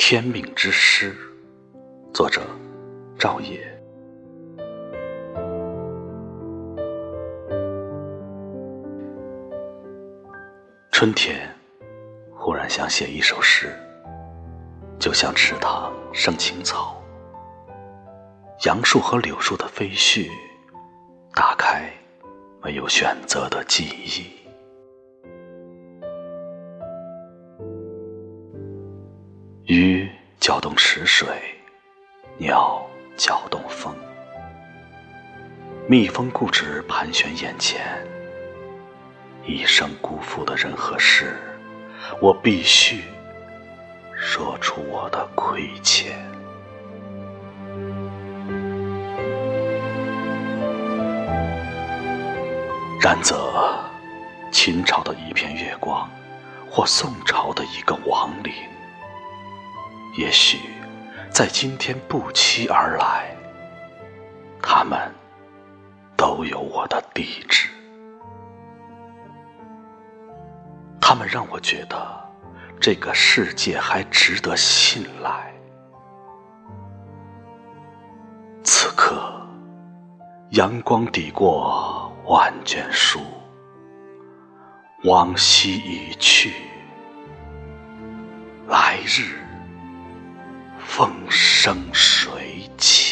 天命之诗，作者赵野。春天忽然想写一首诗，就像池塘生青草，杨树和柳树的飞絮，打开没有选择的记忆。鱼搅动池水，鸟搅动风，蜜蜂固执盘旋眼前，一生辜负的人和事，我必须说出我的亏欠。然则秦朝的一片月光，或宋朝的一个亡灵，也许在今天不期而来，他们都有我的地址。他们让我觉得这个世界还值得信赖。此刻阳光抵过万卷书，往昔已去，来日风生水起。